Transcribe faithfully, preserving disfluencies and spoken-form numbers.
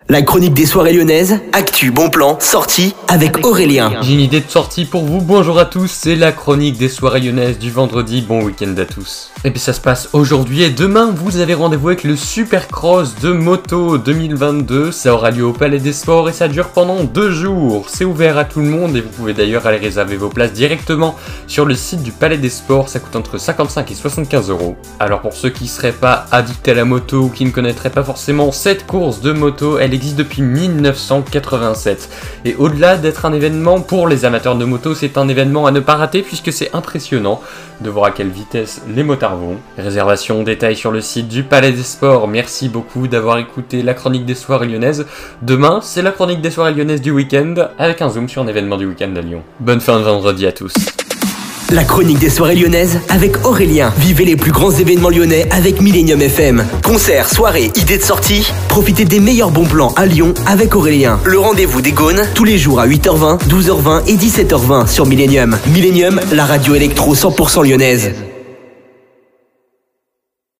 La chronique des soirées lyonnaises, actu, bon plan, sortie avec Aurélien. J'ai une idée de sortie pour vous, bonjour à tous, c'est la chronique des soirées lyonnaises du vendredi, bon week-end à tous. Et puis ça se passe aujourd'hui et demain, vous avez rendez-vous avec le Supercross de moto deux mille vingt-deux, ça aura lieu au Palais des Sports et ça dure pendant deux jours. C'est ouvert à tout le monde et vous pouvez d'ailleurs aller réserver vos places directement sur le site du Palais des Sports, ça coûte entre cinquante-cinq et soixante-quinze euros. Alors pour ceux qui seraient pas addicts à la moto ou qui ne connaîtraient pas forcément cette course de moto, elle existe depuis mille neuf cent quatre-vingt-sept. Et au-delà d'être un événement pour les amateurs de moto, c'est un événement à ne pas rater puisque c'est impressionnant de voir à quelle vitesse les motards vont. Réservation, détails sur le site du Palais des Sports. Merci beaucoup d'avoir écouté la chronique des soirées lyonnaises. Demain, c'est la chronique des soirées lyonnaises du week-end avec un zoom sur un événement du week-end à Lyon. Bonne fin de vendredi à tous. La chronique des soirées lyonnaises avec Aurélien. Vivez les plus grands événements lyonnais avec Millennium F M. Concerts, soirées, idées de sortie. Profitez des meilleurs bons plans à Lyon avec Aurélien. Le rendez-vous des Gaunes, tous les jours à huit heures vingt, douze heures vingt et dix-sept heures vingt sur Millennium. Millennium, la radio électro cent pour cent lyonnaise.